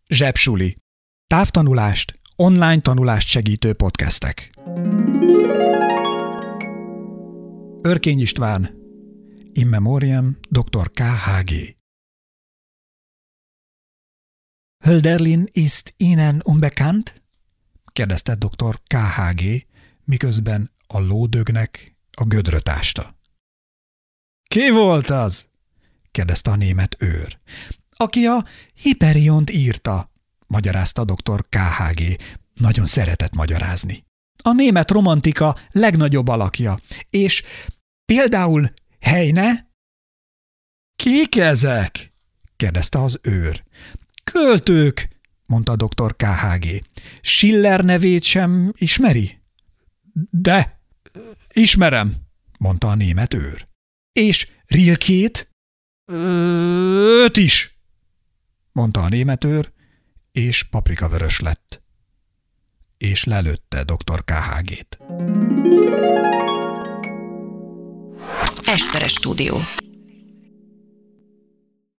Zsebsuli. Távtanulást, online tanulást segítő podcastek. Örkény István, In Memoriam Dr. K.H.G. Hölderlin ist Ihnen unbekannt? Kérdezte dr. K.H.G., miközben a lódögnek a gödröt ásta. Ki volt az? Kérdezte a német őr. Aki a Hyperiont írta, magyarázta dr. K.H.G. Nagyon szeretett magyarázni. A német romantika legnagyobb alakja, és például Heine? Kik ezek? Kérdezte az őr. Költők, mondta dr. K.H.G. Schiller nevét sem ismeri? De, ismerem, mondta a német őr. És Rilkét? Őt is, mondta a német őr, és paprikavörös lett. És lelőtte dr. K.H.G.-t. Esperes stúdió.